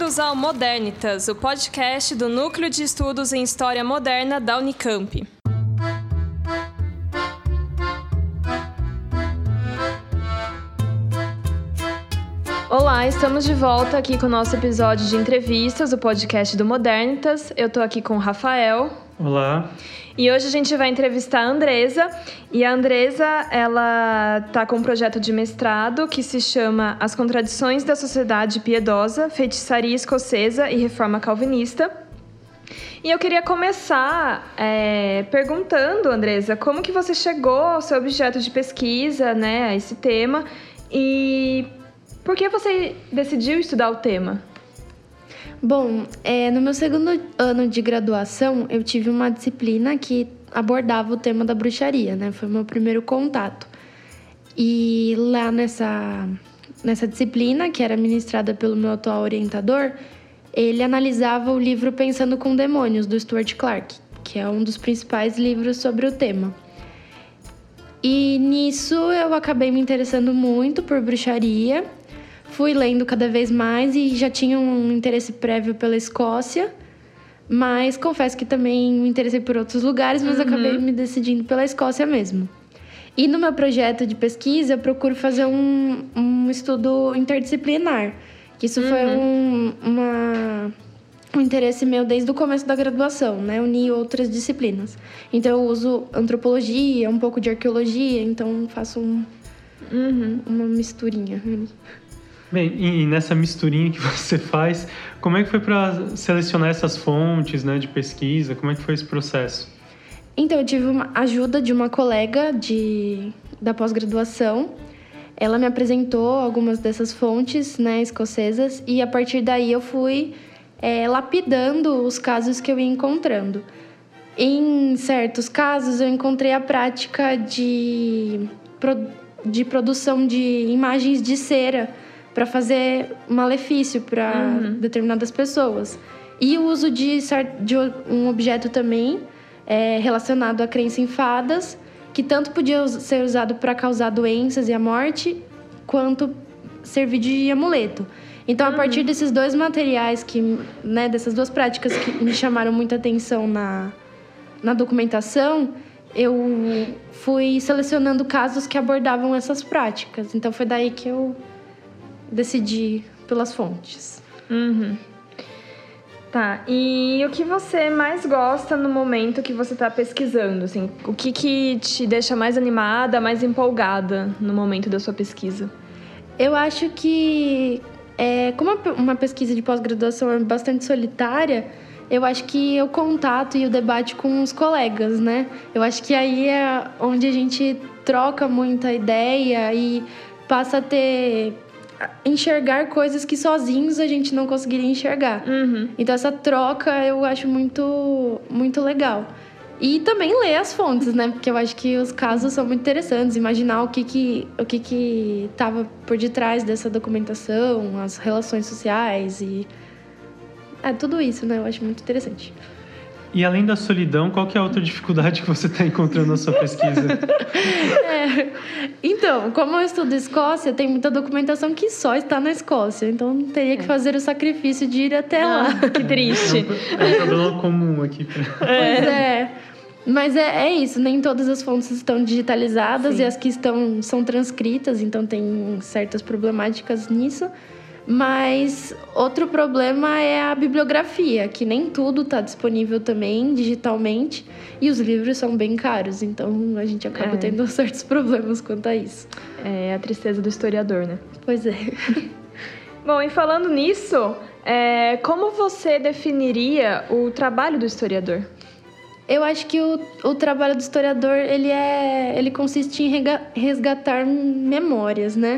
Bem-vindos ao Modernitas, o podcast do Núcleo de Estudos em História Moderna da Unicamp. Olá, estamos de volta aqui com o nosso episódio de entrevistas, o podcast do Modernitas. Eu tô aqui com o Rafael. Olá. E hoje a gente vai entrevistar a Andresa. E a Andresa, ela tá com um projeto de mestrado que se chama As Contradições da Sociedade Piedosa, Feitiçaria Escocesa e Reforma Calvinista. E eu queria começar perguntando, Andresa, como que você chegou ao seu objeto de pesquisa, né, a esse tema, e por que você decidiu estudar o tema? Bom, no meu segundo ano de graduação, eu tive uma disciplina que abordava o tema da bruxaria, né? Foi o meu primeiro contato. E lá nessa disciplina, que era ministrada pelo meu atual orientador, ele analisava o livro Pensando com Demônios, do Stuart Clarke, que é um dos principais livros sobre o tema. E nisso eu acabei me interessando muito por bruxaria. Fui lendo cada vez mais e já tinha um interesse prévio pela Escócia, mas confesso que também me interessei por outros lugares, mas acabei me decidindo pela Escócia mesmo. E no meu projeto de pesquisa, eu procuro fazer um estudo interdisciplinar, que isso foi um interesse meu desde o começo da graduação, né? Unir outras disciplinas. Então, eu uso antropologia, um pouco de arqueologia, então faço uma misturinha. Bem, e nessa misturinha que você faz, como é que foi para selecionar essas fontes, né, de pesquisa? Como é que foi esse processo? Então, eu tive uma ajuda de uma colega da pós-graduação. Ela me apresentou algumas dessas fontes, né, escocesas, e a partir daí eu fui lapidando os casos que eu ia encontrando. Em certos casos, eu encontrei a prática de produção de imagens de cera para fazer malefício para determinadas pessoas. E o uso de um objeto também relacionado à crença em fadas, que tanto podia ser usado para causar doenças e a morte, quanto servir de amuleto. Então, a partir desses dois materiais, dessas duas práticas que me chamaram muita atenção na documentação, eu fui selecionando casos que abordavam essas práticas. Então, foi daí que eu decidi pelas fontes. Tá, e o que você mais gosta no momento que você está pesquisando? Assim, o que te deixa mais animada, mais empolgada no momento da sua pesquisa? Eu acho que, como uma pesquisa de pós-graduação é bastante solitária, eu acho que o contato e o debate com os colegas, né? Eu acho que aí é onde a gente troca muita ideia e passa a enxergar coisas que sozinhos a gente não conseguiria enxergar. Então, essa troca eu acho muito, muito legal. E também ler as fontes, né? Porque eu acho que os casos são muito interessantes. Imaginar o que estava por detrás dessa documentação, as relações sociais e tudo isso, né? Eu acho muito interessante. E além da solidão, qual que é a outra dificuldade que você está encontrando na sua pesquisa? Então, como eu estudo Escócia, tem muita documentação que só está na Escócia. Então, teria que fazer o sacrifício de ir até lá. Que triste. É um problema comum aqui. Pois é. Mas é isso, nem todas as fontes estão digitalizadas. Sim. E as que são transcritas, então tem certas problemáticas nisso. Mas outro problema é a bibliografia, que nem tudo está disponível também digitalmente e os livros são bem caros, então a gente acaba tendo certos problemas quanto a isso. É a tristeza do historiador, né? Pois é. Bom, e falando nisso, como você definiria o trabalho do historiador? Eu acho que o trabalho do historiador, ele consiste em resgatar memórias, né?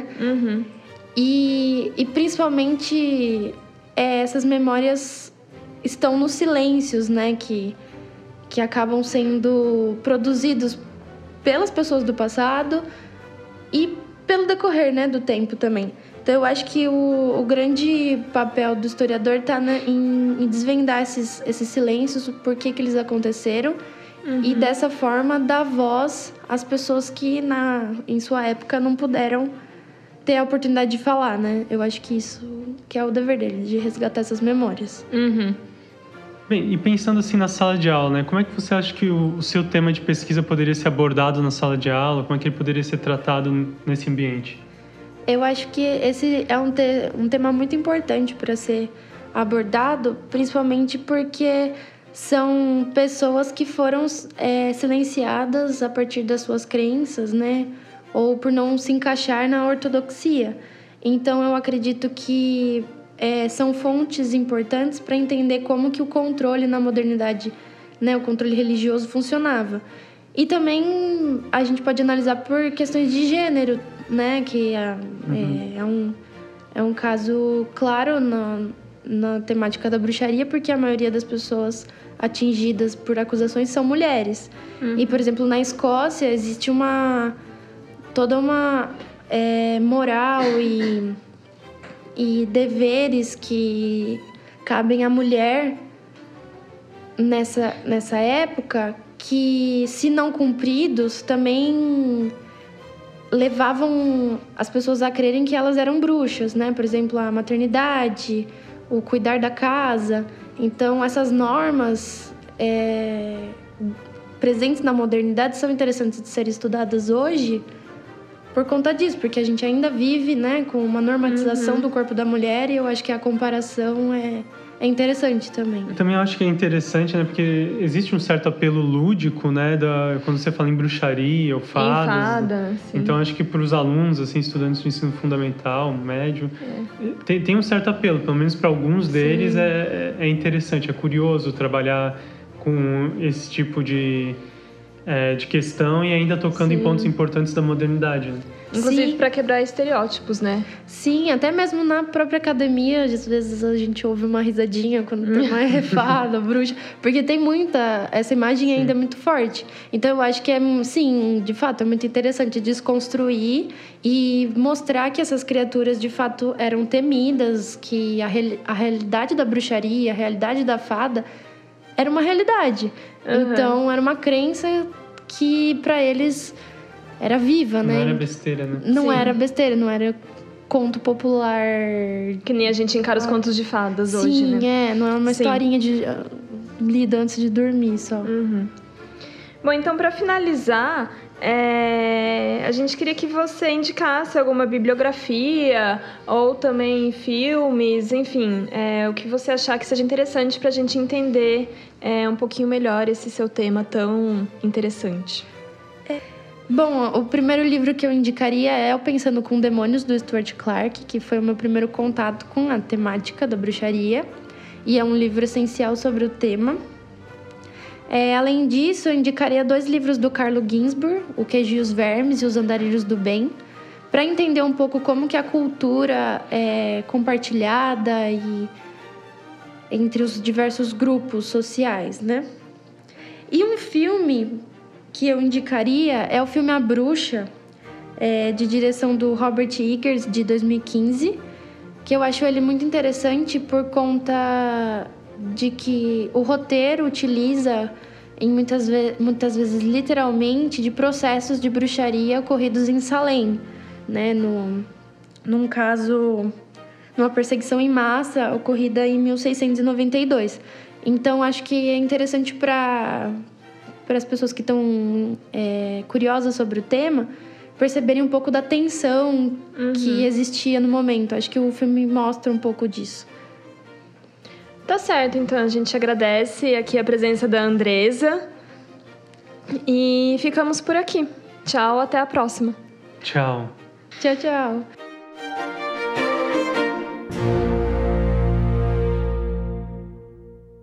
E principalmente essas memórias estão nos silêncios, né? Que acabam sendo produzidos pelas pessoas do passado e pelo decorrer, né, do tempo também. Então, eu acho que o grande papel do historiador está em desvendar esses silêncios, por que eles aconteceram, e dessa forma dar voz às pessoas que em sua época não puderam ter a oportunidade de falar, né? Eu acho que isso que é o dever dele, de resgatar essas memórias. Uhum. Bem, e pensando assim na sala de aula, né? Como é que você acha que o seu tema de pesquisa poderia ser abordado na sala de aula? Como é que ele poderia ser tratado nesse ambiente? Eu acho que esse é um tema muito importante para ser abordado, principalmente porque são pessoas que foram silenciadas a partir das suas crenças, né? Ou por não se encaixar na ortodoxia. Então, eu acredito que são fontes importantes para entender como que o controle na modernidade, né? O controle religioso funcionava. E também a gente pode analisar por questões de gênero, né? Que é um caso claro na temática da bruxaria, porque a maioria das pessoas atingidas por acusações são mulheres. E, por exemplo, na Escócia existe toda uma moral e deveres que cabem à mulher nessa época, que, se não cumpridos, também levavam as pessoas a crerem que elas eram bruxas, né? Por exemplo, a maternidade, o cuidar da casa. Então, essas normas presentes na modernidade são interessantes de serem estudadas hoje por conta disso, porque a gente ainda vive, né, com uma normatização do corpo da mulher, e eu acho que a comparação é interessante também. Eu também acho que é interessante, né, porque existe um certo apelo lúdico, né, quando você fala em bruxaria ou fadas. Sim. Então, acho que para os alunos, assim, estudantes do ensino fundamental, médio, tem um certo apelo, pelo menos para alguns deles é interessante, é curioso trabalhar com esse tipo de questão e ainda tocando em pontos importantes da modernidade, né? Inclusive para quebrar estereótipos, né? Sim, até mesmo na própria academia, às vezes a gente ouve uma risadinha quando tem uma fada, bruxa, porque tem essa imagem ainda é muito forte. Então eu acho que sim, de fato, é muito interessante desconstruir e mostrar que essas criaturas de fato eram temidas, que a realidade da bruxaria, a realidade da fada era uma realidade. Então era uma crença que para eles era viva, né? Não era besteira, né? Não era besteira, não era conto popular. Que nem a gente encara os contos de fadas hoje, né? Sim, não é uma historinha lida antes de dormir só. Bom, então, para finalizar, a gente queria que você indicasse alguma bibliografia ou também filmes, enfim, o que você achar que seja interessante para a gente entender um pouquinho melhor esse seu tema tão interessante. Bom, o primeiro livro que eu indicaria é O Pensando com Demônios, do Stuart Clarke, que foi o meu primeiro contato com a temática da bruxaria, e é um livro essencial sobre o tema. Além disso, eu indicaria 2 livros do Carlo Ginzburg, O Queijo e os Vermes e Os Andarilhos do Bem, para entender um pouco como que a cultura é compartilhada entre os diversos grupos sociais, né? E um filme que eu indicaria é o filme A Bruxa, de direção do Robert Eggers, de 2015, que eu acho ele muito interessante por conta de que o roteiro utiliza, muitas vezes literalmente, de processos de bruxaria ocorridos em Salem, né? Num caso, numa perseguição em massa ocorrida em 1692. Então, acho que é interessante para as pessoas que estão curiosas sobre o tema perceberem um pouco da tensão que existia no momento. Acho que o filme mostra um pouco disso. Tá certo, então a gente agradece aqui a presença da Andresa e ficamos por aqui. Tchau, até a próxima. Tchau. Tchau, tchau.